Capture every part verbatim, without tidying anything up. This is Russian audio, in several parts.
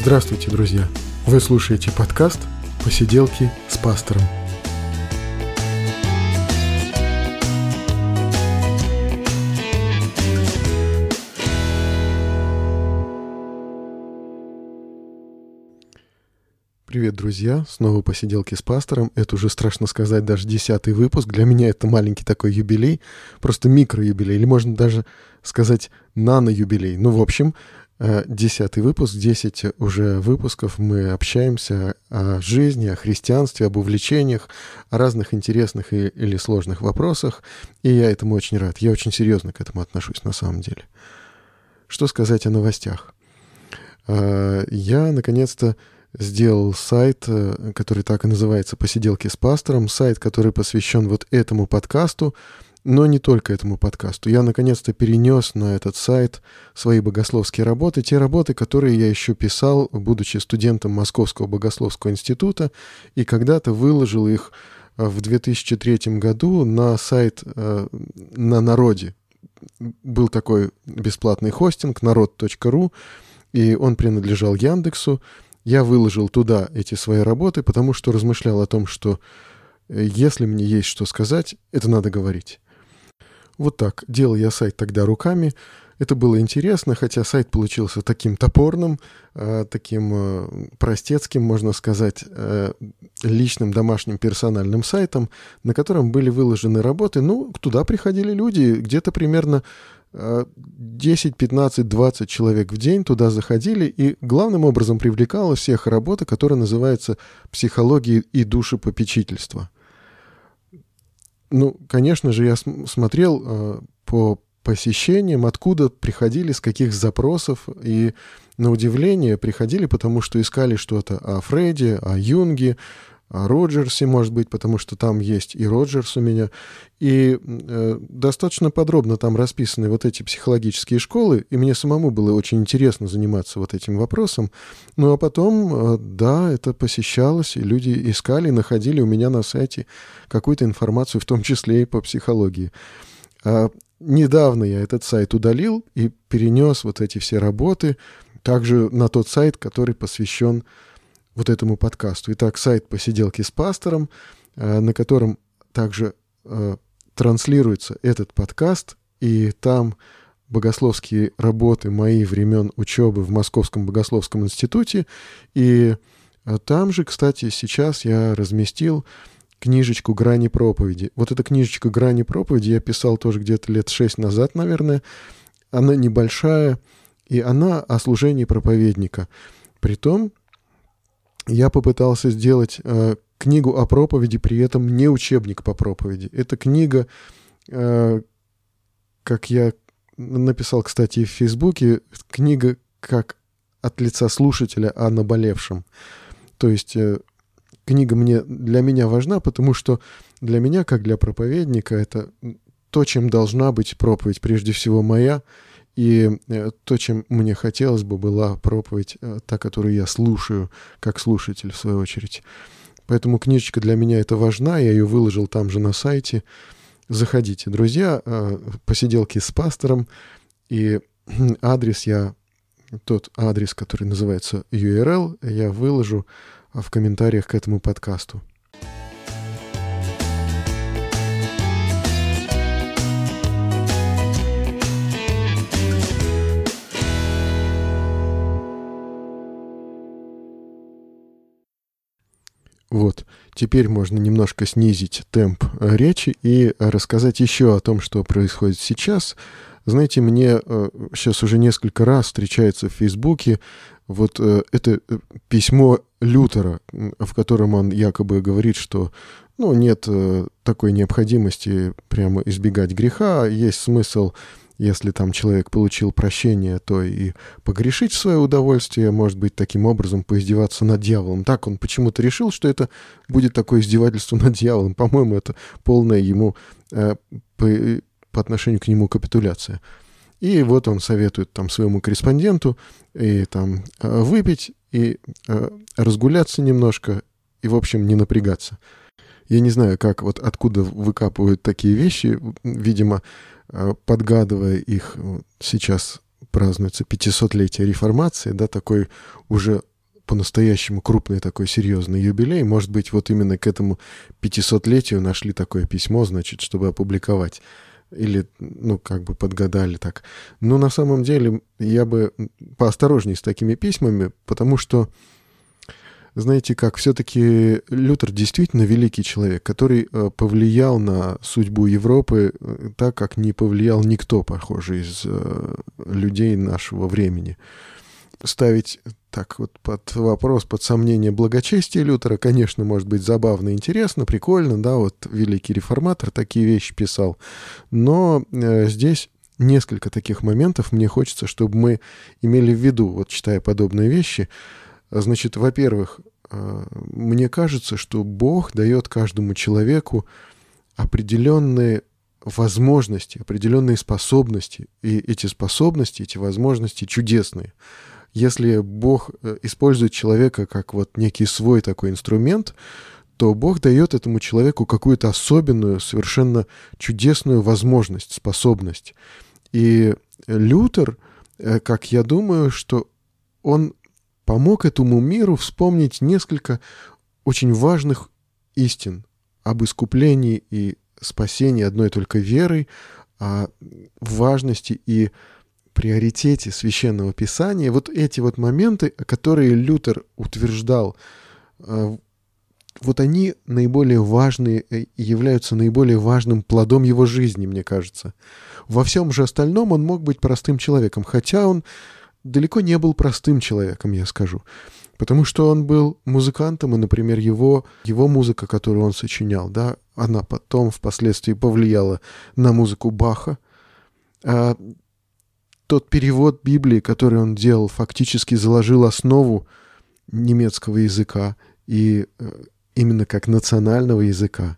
Здравствуйте, друзья! Вы слушаете подкаст «Посиделки с пастором». Привет, друзья! Снова «Посиделки с пастором». Это уже страшно сказать, даже десятый выпуск. Для меня это маленький такой юбилей, просто микро-юбилей, или можно даже сказать нано-юбилей. Ну, в общем, десятый выпуск, десять уже выпусков мы общаемся о жизни, о христианстве, об увлечениях, о разных интересных и, или сложных вопросах, и я этому очень рад. Я очень серьезно к этому отношусь на самом деле. Что сказать о новостях? Я, наконец-то, сделал сайт, который так и называется «Посиделки с пастором», сайт, который посвящен вот этому подкасту, но не только этому подкасту. Я, наконец-то, перенес на этот сайт свои богословские работы, те работы, которые я еще писал, будучи студентом Московского богословского института, и когда-то выложил их в две тысячи третьем году на сайт «На народе». Был такой бесплатный хостинг народ точка ру, и он принадлежал Яндексу. Я выложил туда эти свои работы, потому что размышлял о том, что если мне есть что сказать, это надо говорить. Вот так. Делал я сайт тогда руками. Это было интересно, хотя сайт получился таким топорным, таким простецким, можно сказать, личным домашним персональным сайтом, на котором были выложены работы. Ну, туда приходили люди, где-то примерно десять, пятнадцать, двадцать человек в день туда заходили, и главным образом привлекала всех работа, которая называется «Психология и душепопечительство». Ну, конечно же, я смотрел э, по посещениям, откуда приходили, с каких запросов, и на удивление приходили, потому что искали что-то о Фрейде, о Юнге, о Роджерсе, может быть, потому что там есть и Роджерс у меня. И э, достаточно подробно там расписаны вот эти психологические школы, и мне самому было очень интересно заниматься вот этим вопросом. Ну, а потом, э, да, это посещалось, и люди искали, находили у меня на сайте какую-то информацию, в том числе и по психологии. А недавно я этот сайт удалил и перенес вот эти все работы также на тот сайт, который посвящен вот этому подкасту. Итак, сайт «Посиделки с пастором», на котором также э, транслируется этот подкаст, и там богословские работы мои времен учебы в Московском богословском институте, и там же, кстати, сейчас я разместил книжечку «Грани проповеди». Вот эта книжечка «Грани проповеди» я писал тоже где-то лет шесть назад, наверное. Она небольшая, и она о служении проповедника. Притом я попытался сделать э, книгу о проповеди, при этом не учебник по проповеди. Эта книга, э, как я написал, кстати, в Фейсбуке, книга как от лица слушателя о наболевшем. То есть э, книга мне, для меня важна, потому что для меня, как для проповедника, это то, чем должна быть проповедь, прежде всего моя. И то, чем мне хотелось бы, была проповедь, та, которую я слушаю, как слушатель, в свою очередь. Поэтому книжечка для меня это важна, я ее выложил там же на сайте. Заходите, друзья, «Посиделки с пастором», и адрес я, тот адрес, который называется ю ар эл, я выложу в комментариях к этому подкасту. Вот, теперь можно немножко снизить темп речи и рассказать еще о том, что происходит сейчас. Знаете, мне э, сейчас уже несколько раз встречается в Фейсбуке вот э, это письмо Лютера, в котором он якобы говорит, что ну, нет э, такой необходимости прямо избегать греха, есть смысл, если там человек получил прощение, то и погрешить в свое удовольствие, может быть, таким образом поиздеваться над дьяволом. Так он почему-то решил, что это будет такое издевательство над дьяволом. По-моему, это полная ему, э, по, по отношению к нему капитуляция. И вот он советует там своему корреспонденту и там э, выпить, и э, разгуляться немножко, и, в общем, не напрягаться. Я не знаю, как, вот откуда выкапывают такие вещи, видимо, подгадывая их. Сейчас празднуется пятисотлетие реформации, да, такой уже по-настоящему крупный такой серьезный юбилей. Может быть, вот именно к этому пятисотлетию нашли такое письмо, значит, чтобы опубликовать. Или, ну, как бы подгадали так. Но на самом деле я бы поосторожней с такими письмами, потому что, знаете, как все-таки Лютер действительно великий человек, который э, повлиял на судьбу Европы э, так, как не повлиял никто, похоже, из э, людей нашего времени. Ставить так вот под вопрос, под сомнение благочестия Лютера, конечно, может быть забавно, интересно, прикольно, да, вот великий реформатор такие вещи писал, но э, здесь несколько таких моментов мне хочется, чтобы мы имели в виду, вот читая подобные вещи. Значит, во-первых, э, мне кажется, что Бог дает каждому человеку определенные возможности, определенные способности, и эти способности, эти возможности чудесные. Если Бог использует человека как вот некий свой такой инструмент, то Бог дает этому человеку какую-то особенную, совершенно чудесную возможность, способность. И Лютер, как я думаю, что он помог этому миру вспомнить несколько очень важных истин об искуплении и спасении одной только верой, о важности и приоритете Священного Писания. Вот эти вот моменты, которые Лютер утверждал, вот они наиболее важные и являются наиболее важным плодом его жизни, мне кажется. Во всем же остальном он мог быть простым человеком, хотя он далеко не был простым человеком, я скажу. Потому что он был музыкантом, и, например, его, его музыка, которую он сочинял, да, она потом впоследствии повлияла на музыку Баха. А тот перевод Библии, который он делал, фактически заложил основу немецкого языка, и именно как национального языка.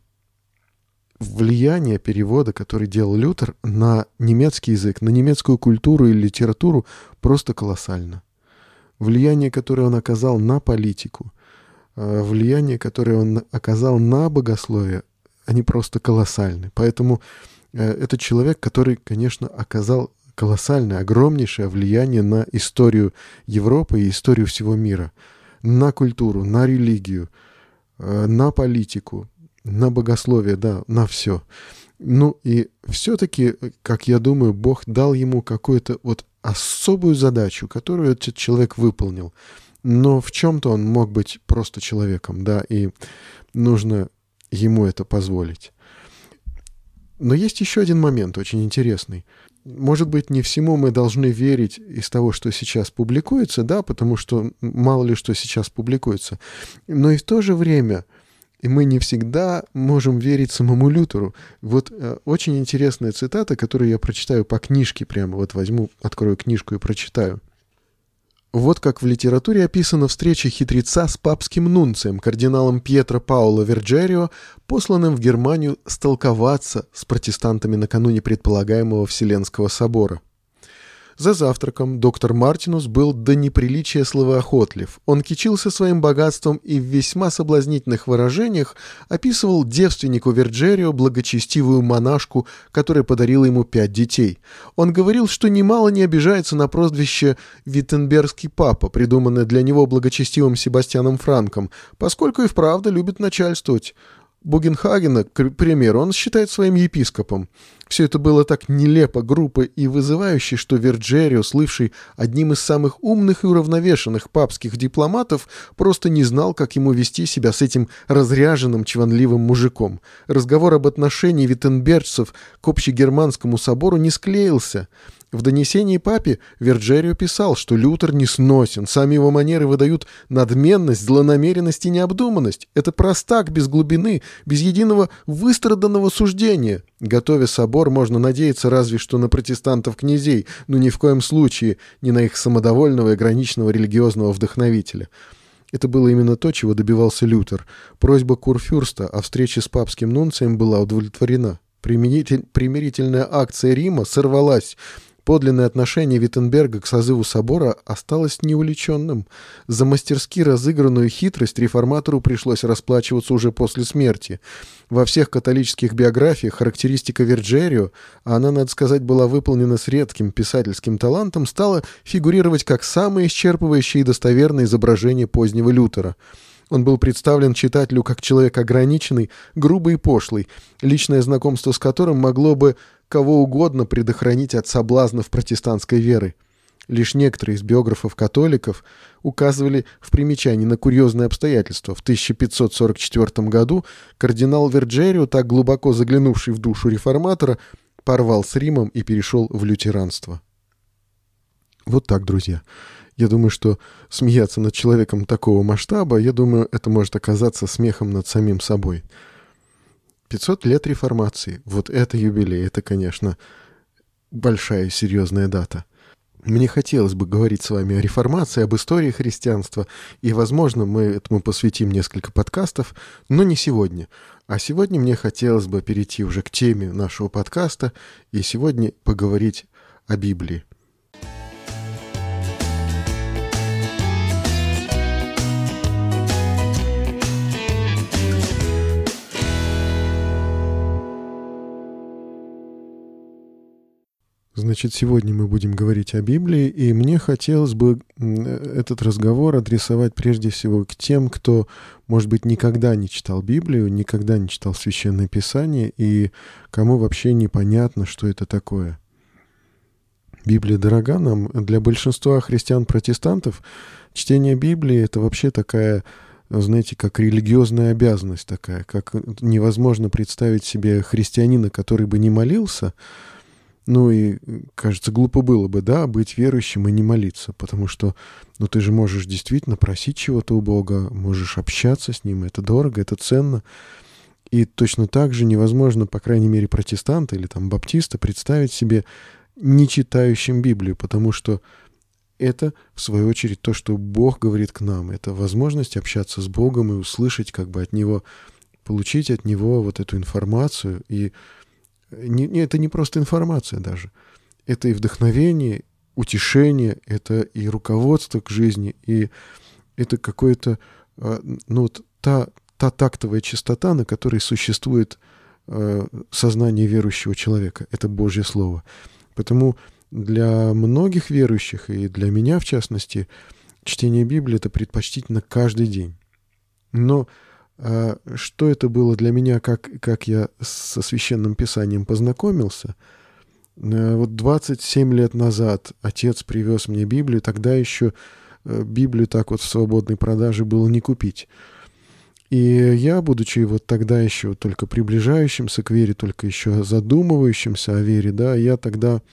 Влияние перевода, который делал Лютер, на немецкий язык, на немецкую культуру и литературу просто колоссально. Влияние, которое он оказал на политику, влияние, которое он оказал на богословие, они просто колоссальны. Поэтому это человек, который, конечно, оказал колоссальное, огромнейшее влияние на историю Европы и историю всего мира, на культуру, на религию, на политику, на богословие, да, на все. Ну и все-таки, как я думаю, Бог дал ему какую-то вот особую задачу, которую этот человек выполнил. Но в чем-то он мог быть просто человеком, да, и нужно ему это позволить. Но есть еще один момент очень интересный. Может быть, не всему мы должны верить из того, что сейчас публикуется, да, потому что мало ли что сейчас публикуется. Но и в то же время мы не всегда можем верить самому Лютеру. Вот э, очень интересная цитата, которую я прочитаю по книжке прямо. Вот возьму, открою книжку и прочитаю. Вот как в литературе описана встреча хитреца с папским нунцием, кардиналом Пьетро Паоло Верджерио, посланным в Германию столковаться с протестантами накануне предполагаемого Вселенского собора. За завтраком доктор Мартинус был до неприличия словоохотлив. Он кичился своим богатством и в весьма соблазнительных выражениях описывал девственнику Верджерио благочестивую монашку, которая подарила ему пять детей. Он говорил, что немало не обижается на прозвище «Виттенбергский папа», придуманное для него благочестивым Себастьяном Франком, поскольку и вправду любит начальствовать. Бугенхагена, к примеру, он считает своим епископом. Все это было так нелепо, грубо и вызывающе, что Верджерио, слывший одним из самых умных и уравновешенных папских дипломатов, просто не знал, как ему вести себя с этим разряженным чванливым мужиком. Разговор об отношении виттенберджцев к общегерманскому собору не склеился. В донесении папе Верджерио писал, что Лютер не сносен, сами его манеры выдают надменность, злонамеренность и необдуманность. Это простак без глубины, без единого выстраданного суждения. Готовя собор, можно надеяться разве что на протестантов-князей, но ни в коем случае не на их самодовольного и ограниченного религиозного вдохновителя. Это было именно то, чего добивался Лютер. Просьба курфюрста о встрече с папским нунцием была удовлетворена. Примиритель... Примирительная акция Рима сорвалась. Подлинное отношение Виттенберга к созыву собора осталось неуличенным. За мастерски разыгранную хитрость реформатору пришлось расплачиваться уже после смерти. Во всех католических биографиях характеристика Верджерио, а она, надо сказать, была выполнена с редким писательским талантом, стала фигурировать как самое исчерпывающее и достоверное изображение позднего Лютера. Он был представлен читателю как человек ограниченный, грубый и пошлый, личное знакомство с которым могло бы кого угодно предохранить от соблазнов протестантской веры. Лишь некоторые из биографов-католиков указывали в примечании на курьезные обстоятельства. В тысяча пятьсот сорок четвёртом году кардинал Верджерио, так глубоко заглянувший в душу реформатора, порвал с Римом и перешел в лютеранство. Вот так, друзья. Я думаю, что смеяться над человеком такого масштаба, я думаю, это может оказаться смехом над самим собой. пятьсот лет реформации. Вот это юбилей. Это, конечно, большая и серьезная дата. Мне хотелось бы говорить с вами о реформации, об истории христианства, и, возможно, мы этому посвятим несколько подкастов, но не сегодня. А сегодня мне хотелось бы перейти уже к теме нашего подкаста и сегодня поговорить о Библии. Значит, сегодня мы будем говорить о Библии, и мне хотелось бы этот разговор адресовать прежде всего к тем, кто, может быть, никогда не читал Библию, никогда не читал Священное Писание, и кому вообще непонятно, что это такое. Библия дорога нам. Для большинства христиан-протестантов чтение Библии — это вообще такая, знаете, как религиозная обязанность такая, как невозможно представить себе христианина, который бы не молился. Ну и, кажется, глупо было бы, да, быть верующим и не молиться, потому что, ну, ты же можешь действительно просить чего-то у Бога, можешь общаться с Ним, это дорого, это ценно. И точно так же невозможно, по крайней мере, протестанта или там баптиста представить себе не читающим Библию, потому что это, в свою очередь, то, что Бог говорит к нам. Это возможность общаться с Богом и услышать как бы от Него, получить от Него вот эту информацию. И Не, не, это не просто информация даже. Это и вдохновение, утешение, это и руководство к жизни, и это какое-то, ну, вот та, та тактовая чистота, на которой существует э, сознание верующего человека. Это Божье Слово. Потому для многих верующих, и для меня в частности, чтение Библии — это предпочтительно каждый день. Но что это было для меня, как, как я со Священным Писанием познакомился? Вот двадцать семь лет назад отец привез мне Библию, тогда еще Библию так вот в свободной продаже было не купить. И я, будучи вот тогда еще только приближающимся к вере, только еще задумывающимся о вере, да, я тогда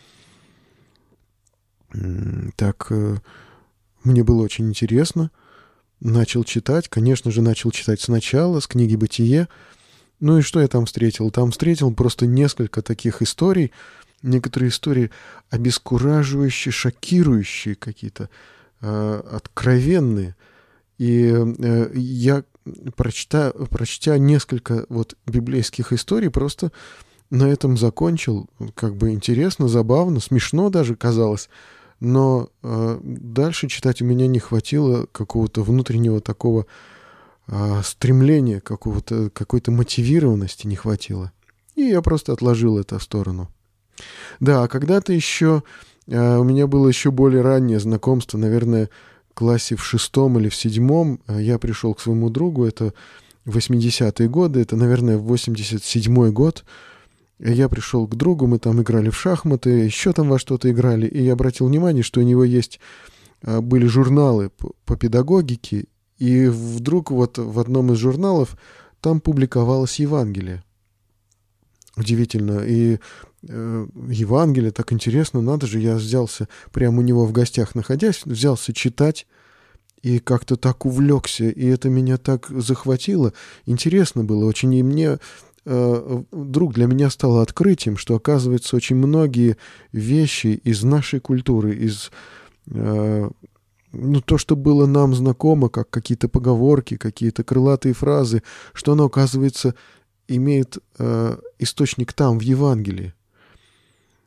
так, мне было очень интересно, начал читать, конечно же, начал читать сначала, с книги «Бытие». Ну и что я там встретил? Там встретил просто несколько таких историй, некоторые истории обескураживающие, шокирующие какие-то, э, откровенные. И э, я, прочитая, прочтя несколько вот библейских историй, просто на этом закончил. Как бы интересно, забавно, смешно даже казалось. Но э, дальше читать у меня не хватило какого-то внутреннего такого э, стремления, какого-то, какой-то мотивированности не хватило. И я просто отложил это в сторону. Да, когда-то еще э, у меня было еще более раннее знакомство, наверное, в классе в шестом или в седьмом. Я пришел к своему другу, это восьмидесятые годы, это, наверное, восемьдесят седьмой год. Я пришел к другу, мы там играли в шахматы, еще там во что-то играли, и я обратил внимание, что у него есть, были журналы по, по педагогике, и вдруг вот в одном из журналов там публиковалось Евангелие. Удивительно. И э, Евангелие, так интересно, надо же, я взялся, прямо у него в гостях находясь, взялся читать, и как-то так увлекся, и это меня так захватило. Интересно было очень, и мне... Вдруг для меня стало открытием, что, оказывается, очень многие вещи из нашей культуры, из ну, то, что было нам знакомо, как какие-то поговорки, какие-то крылатые фразы, что оно, оказывается, имеет источник там, в Евангелии.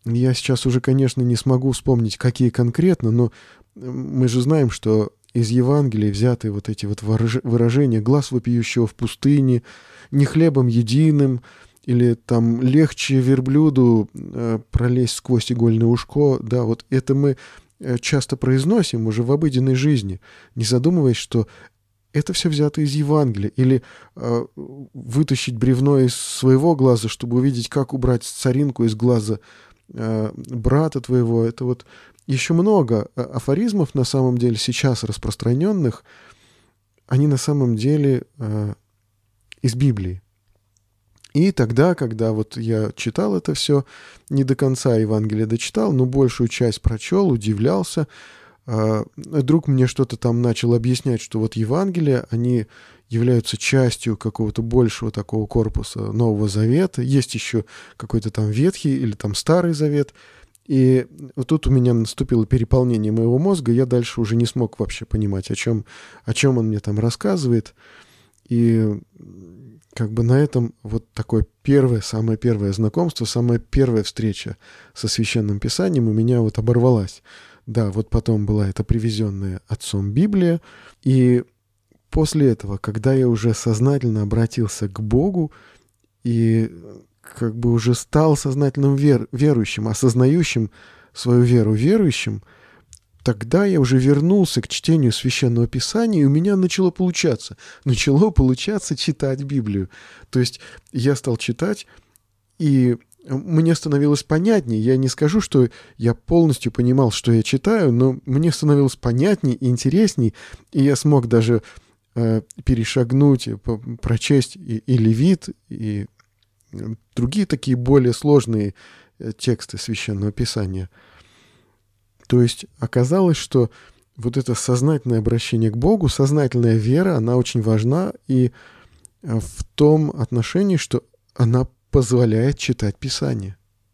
Я сейчас уже, конечно, не смогу вспомнить, какие конкретно, но мы же знаем, что из Евангелия взяты вот эти вот выражения «глас вопиющего в пустыне», «не хлебом единым», или там «легче верблюду э, пролезть сквозь игольное ушко». Да, вот это мы часто произносим уже в обыденной жизни, не задумываясь, что это все взято из Евангелия. Или э, вытащить бревно из своего глаза, чтобы увидеть, как убрать соринку из глаза э, брата твоего. Это вот еще много афоризмов на самом деле сейчас распространенных, они на самом деле э, из Библии. И тогда, когда вот я читал это все, не до конца Евангелие дочитал, но большую часть прочел, удивлялся. Друг мне что-то там начал объяснять, что вот Евангелия, они являются частью какого-то большего такого корпуса Нового Завета. Есть еще какой-то там Ветхий или там Старый Завет. И вот тут у меня наступило переполнение моего мозга, я дальше уже не смог вообще понимать, о чем, о чем он мне там рассказывает. И как бы на этом вот такое первое, самое первое знакомство, самая первая встреча со Священным Писанием у меня вот оборвалась. Да, вот потом была эта привезенная отцом Библия. И после этого, когда я уже сознательно обратился к Богу и как бы уже стал сознательным вер, верующим, осознающим свою веру верующим, тогда я уже вернулся к чтению Священного Писания, и у меня начало получаться. Начало получаться читать Библию. То есть я стал читать, и мне становилось понятнее. Я не скажу, что я полностью понимал, что я читаю, но мне становилось понятнее и интересней, и я смог даже э, перешагнуть, прочесть и, и Левит, и другие такие более сложные тексты Священного Писания. То есть оказалось, что вот это сознательное обращение к Богу, сознательная вера, она очень важна и в том отношении, что она позволяет читать Писание.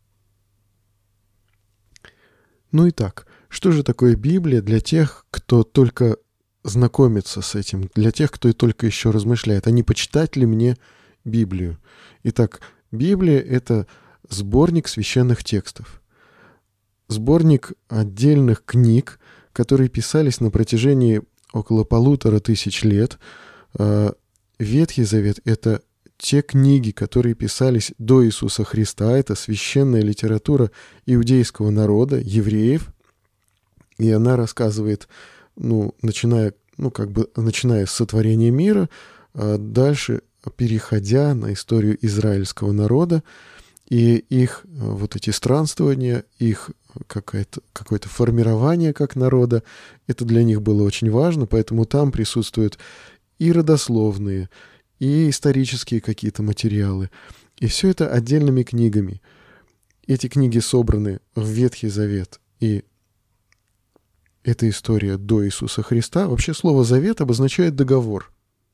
Ну и так, что же такое Библия для тех, кто только знакомится с этим, для тех, кто и только еще размышляет, а не почитать ли мне Библию? Итак, Библия — это сборник священных текстов. Сборник отдельных книг, которые писались на протяжении около полутора тысяч лет. Ветхий Завет — это те книги, которые писались до Иисуса Христа. Это священная литература иудейского народа, евреев. И она рассказывает, ну, начиная, ну, как бы, начиная с сотворения мира, дальше переходя на историю израильского народа, и их вот эти странствования, их какое-то, какое-то формирование как народа, это для них было очень важно, поэтому там присутствуют и родословные, и исторические какие-то материалы. И все это отдельными книгами. Эти книги собраны в Ветхий Завет, и эта история до Иисуса Христа. Вообще слово «завет» обозначает договор.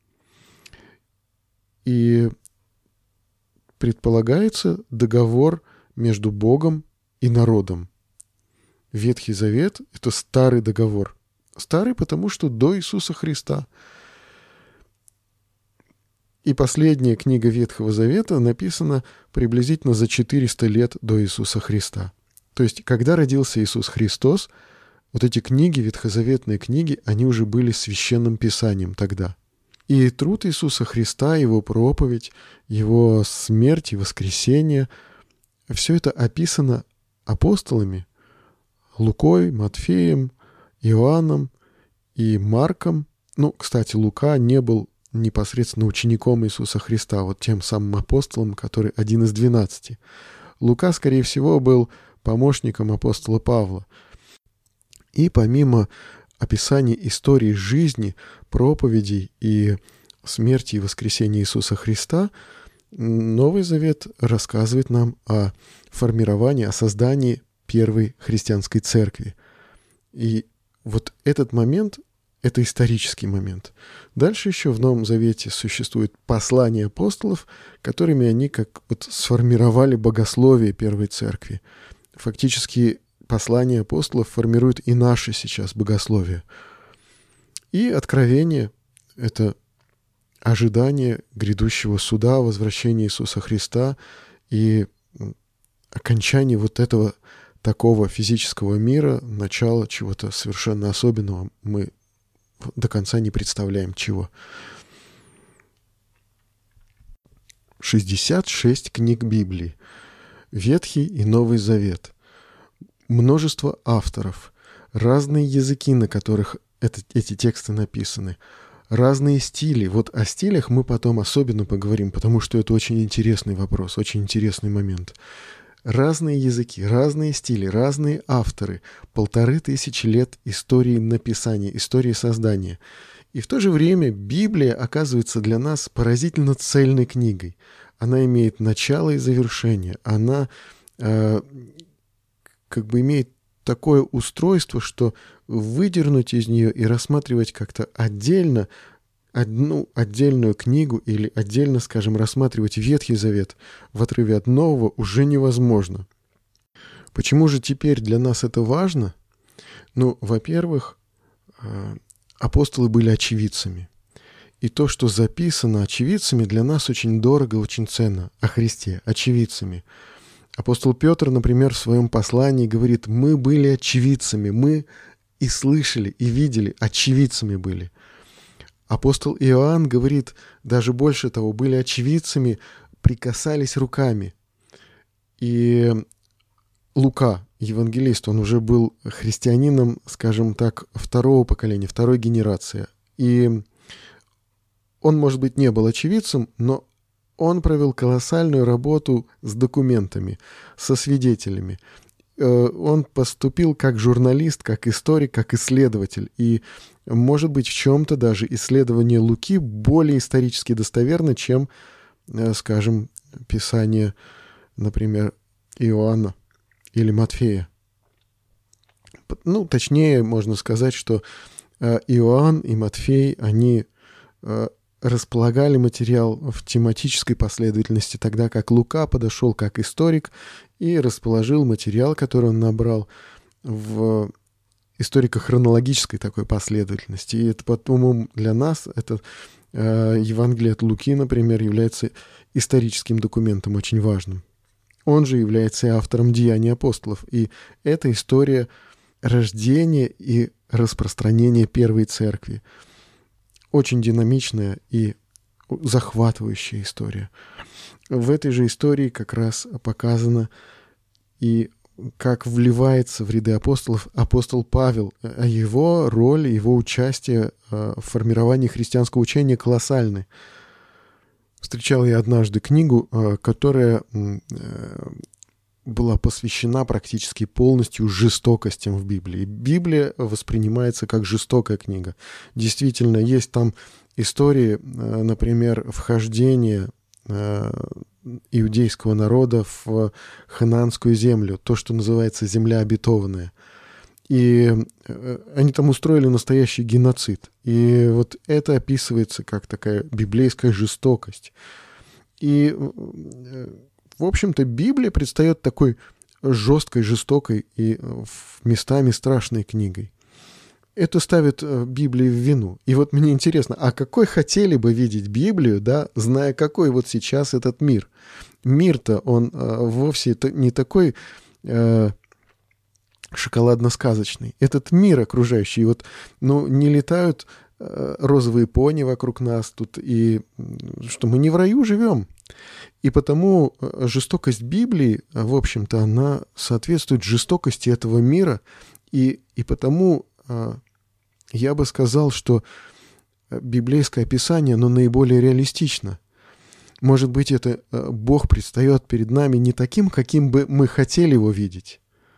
И предполагается договор между Богом и народом. Ветхий Завет — это старый договор. Старый, потому что до Иисуса Христа. И последняя книга Ветхого Завета написана приблизительно за четыреста лет до Иисуса Христа. То есть, когда родился Иисус Христос, вот эти книги, ветхозаветные книги, они уже были священным писанием тогда. И труд Иисуса Христа, Его проповедь, Его смерть и воскресение, все это описано апостолами Лукой, Матфеем, Иоанном и Марком. Ну, кстати, Лука не был непосредственно учеником Иисуса Христа, вот тем самым апостолом, который один из двенадцати. Лука, скорее всего, был помощником апостола Павла. И помимо описания истории жизни, проповедей и смерти и воскресения Иисуса Христа, Новый Завет рассказывает нам о формировании, о создании первой христианской церкви. И вот этот момент — это исторический момент. Дальше еще в Новом Завете существует послания апостолов, которыми они как вот сформировали богословие первой церкви. Фактически послания апостолов формируют и наше сейчас богословие. И откровение — это ожидание грядущего суда, возвращения Иисуса Христа и окончание вот этого такого физического мира, начало чего-то совершенно особенного. Мы до конца не представляем чего. шестьдесят шесть книг Библии. Ветхий и Новый Завет. Множество авторов. Разные языки, на которых это, эти тексты написаны. Разные стили. Вот о стилях мы потом особенно поговорим, потому что это очень интересный вопрос, очень интересный момент. Разные языки, разные стили, разные авторы. Полторы тысячи лет истории написания, истории создания. И в то же время Библия оказывается для нас поразительно цельной книгой. Она имеет начало и завершение. Она э, как бы имеет такое устройство, что выдернуть из нее и рассматривать как-то отдельно одну отдельную книгу или отдельно, скажем, рассматривать Ветхий Завет в отрыве от Нового уже невозможно. Почему же теперь для нас это важно? Ну, во-первых, апостолы были очевидцами. И то, что записано очевидцами, для нас очень дорого, очень ценно. О Христе, очевидцами. Апостол Петр, например, в своем послании говорит: «Мы были очевидцами, мы и слышали, и видели, очевидцами были». Апостол Иоанн говорит даже больше того: были очевидцами, прикасались руками. И Лука, евангелист, он уже был христианином, скажем так, второго поколения, второй генерации. И он, может быть, не был очевидцем, но он провел колоссальную работу с документами, со свидетелями. Он поступил как журналист, как историк, как исследователь. И, может быть, в чем-то даже исследование Луки более исторически достоверно, чем, скажем, писание, например, Иоанна или Матфея. Ну, точнее, можно сказать, что Иоанн и Матфей, они располагали материал в тематической последовательности, тогда как Лука подошел как историк и расположил материал, который он набрал, в историко-хронологической такой последовательности. И это, по-моему, для нас, это э, Евангелие от Луки, например, является историческим документом очень важным. Он же является и автором Деяний апостолов. И это история рождения и распространения Первой Церкви. Очень динамичная и захватывающая история. В этой же истории как раз показано и как вливается в ряды апостолов апостол Павел. Его роль, его участие в формировании христианского учения колоссальны. Встречал я однажды книгу, которая была посвящена практически полностью жестокостям в Библии. Библия воспринимается как жестокая книга. Действительно, есть там истории, например, вхождения иудейского народа в ханаанскую землю, то, что называется земля обетованная. И они там устроили настоящий геноцид. И вот это описывается как такая библейская жестокость. И, в общем-то, Библия предстает такой жесткой, жестокой и местами страшной книгой. Это ставит Библию в вину. И вот мне интересно, а какой хотели бы видеть Библию, да, зная, какой вот сейчас этот мир? Мир-то, он э, вовсе не такой э, шоколадно-сказочный. Этот мир окружающий, вот, ну, не летают э, розовые пони вокруг нас тут, и что мы не в раю живем. И потому жестокость Библии, в общем-то, она соответствует жестокости этого мира, и, и потому э, я бы сказал, что библейское описание, оно наиболее реалистично. Может быть, это Бог предстает перед нами не таким, каким бы мы хотели его видеть.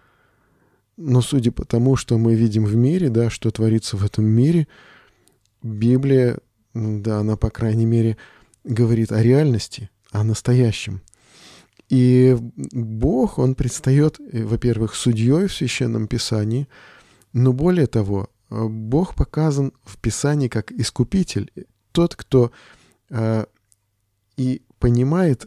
Но судя по тому, что мы видим в мире, да, что творится в этом мире, Библия, да, она, по крайней мере, говорит о реальности, о настоящем. И Бог, он предстает, во-первых, судьей в Священном Писании, но более того, Бог показан в Писании как искупитель, тот, кто э, и понимает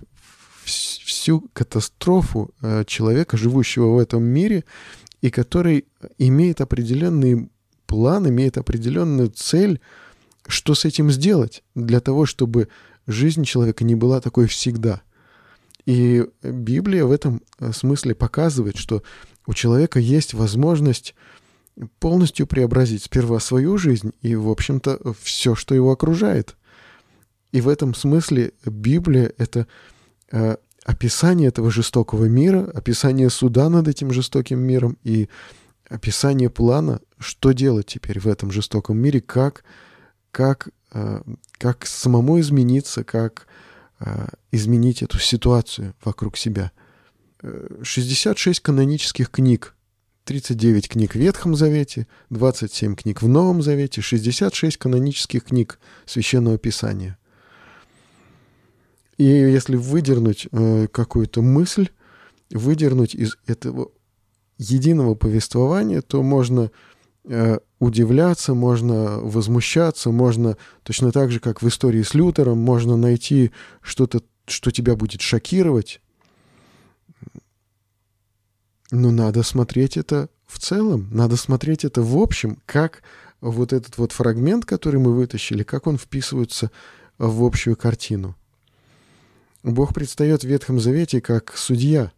всю катастрофу э, человека, живущего в этом мире, и который имеет определенный план, имеет определенную цель, что с этим сделать, для того, чтобы жизнь человека не была такой всегда. И Библия в этом смысле показывает, что у человека есть возможность полностью преобразить сперва свою жизнь и, в общем-то, все, что его окружает. И в этом смысле Библия — это э, описание этого жестокого мира, описание суда над этим жестоким миром и описание плана, что делать теперь в этом жестоком мире, как, как, э, как самому измениться, как э, изменить эту ситуацию вокруг себя. шестьдесят шесть канонических книг, тридцать девять книг в Ветхом Завете, двадцать семь книг в Новом Завете, шестьдесят шесть канонических книг Священного Писания. И если выдернуть э, какую-то мысль, выдернуть из этого единого повествования, то можно э, удивляться, можно возмущаться, можно точно так же, как в истории с Лютером, можно найти что-то, что тебя будет шокировать. Но надо смотреть это в целом, надо смотреть это в общем, как вот этот вот фрагмент, который мы вытащили, как он вписывается в общую картину. Бог предстает в Ветхом Завете как судья,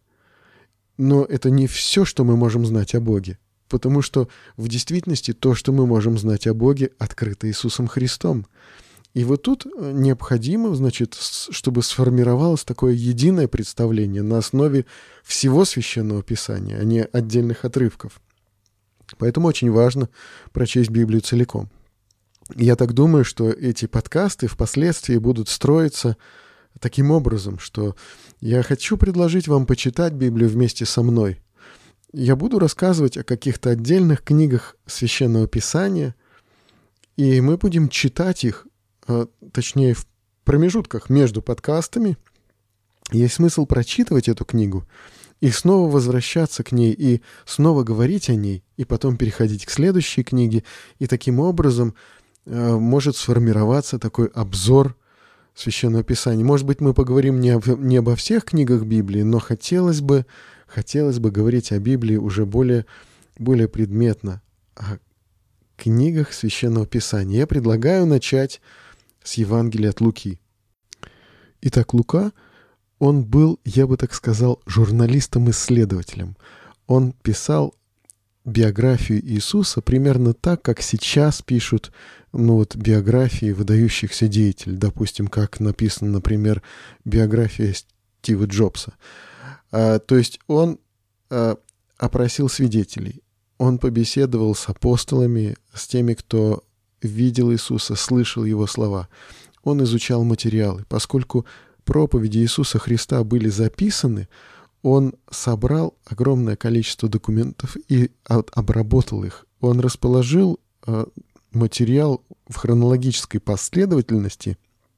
но это не все, что мы можем знать о Боге, потому что в действительности то, что мы можем знать о Боге, открыто Иисусом Христом. И вот тут необходимо, значит, чтобы сформировалось такое единое представление на основе всего Священного Писания, а не отдельных отрывков. Поэтому очень важно прочесть Библию целиком. Я так думаю, что эти подкасты впоследствии будут строиться таким образом, что я хочу предложить вам почитать Библию вместе со мной. Я буду рассказывать о каких-то отдельных книгах Священного Писания, и мы будем читать их, точнее, в промежутках между подкастами. Есть смысл прочитывать эту книгу и снова возвращаться к ней, и снова говорить о ней, и потом переходить к следующей книге. И таким образом э, может сформироваться такой обзор Священного Писания. Может быть, мы поговорим не, об, не обо всех книгах Библии, но хотелось бы, хотелось бы говорить о Библии уже более, более предметно, о книгах Священного Писания. Я предлагаю начать с Евангелия от Луки. Итак, Лука, он был, я бы так сказал, журналистом-исследователем. Он писал биографию Иисуса примерно так, как сейчас пишут ну, вот, биографии выдающихся деятелей. Допустим, как написана, например, биография Стива Джобса. А, то есть он а, опросил свидетелей. Он побеседовал с апостолами, с теми, кто видел Иисуса, слышал Его слова. Он изучал материалы. Поскольку проповеди Иисуса Христа были записаны, он собрал огромное количество документов и обработал их. Он расположил материал в хронологической последовательности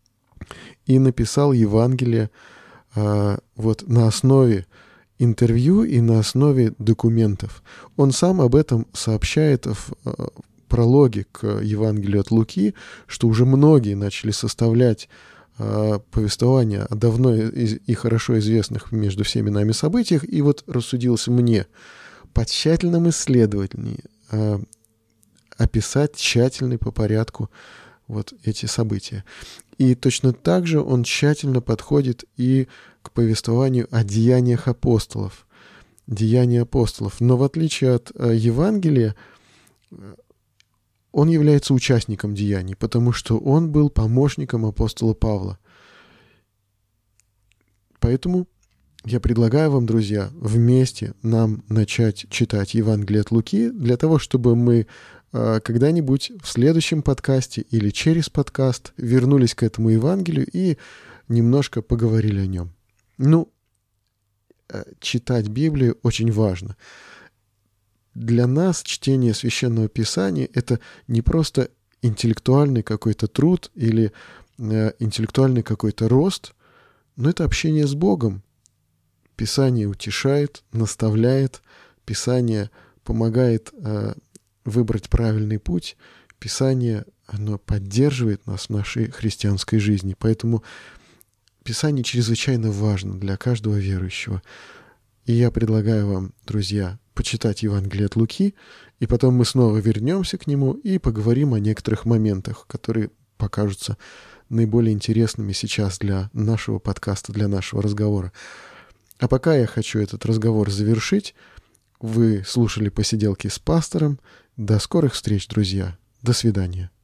и написал Евангелие вот, на основе интервью и на основе документов. Он сам об этом сообщает в прологе к Евангелию от Луки, что уже многие начали составлять э, повествования о давно и, и хорошо известных между всеми нами событиях, и вот рассудилось мне по тщательном исследовании э, описать тщательно по порядку вот эти события. И точно так же он тщательно подходит и к повествованию о деяниях апостолов. Деяния апостолов. Но в отличие от э, Евангелия, он является участником деяний, потому что он был помощником апостола Павла. Поэтому я предлагаю вам, друзья, вместе нам начать читать Евангелие от Луки, для того, чтобы мы э, когда-нибудь в следующем подкасте или через подкаст вернулись к этому Евангелию и немножко поговорили о нем. Ну, э, читать Библию очень важно. Для нас чтение Священного Писания — это не просто интеллектуальный какой-то труд или э, интеллектуальный какой-то рост, но это общение с Богом. Писание утешает, наставляет, Писание помогает э, выбрать правильный путь, Писание, оно поддерживает нас в нашей христианской жизни. Поэтому Писание чрезвычайно важно для каждого верующего. И я предлагаю вам, друзья, почитать Евангелие от Луки, и потом мы снова вернемся к нему и поговорим о некоторых моментах, которые покажутся наиболее интересными сейчас для нашего подкаста, для нашего разговора. А пока я хочу этот разговор завершить. Вы слушали «Посиделки с пастором». До скорых встреч, друзья. До свидания.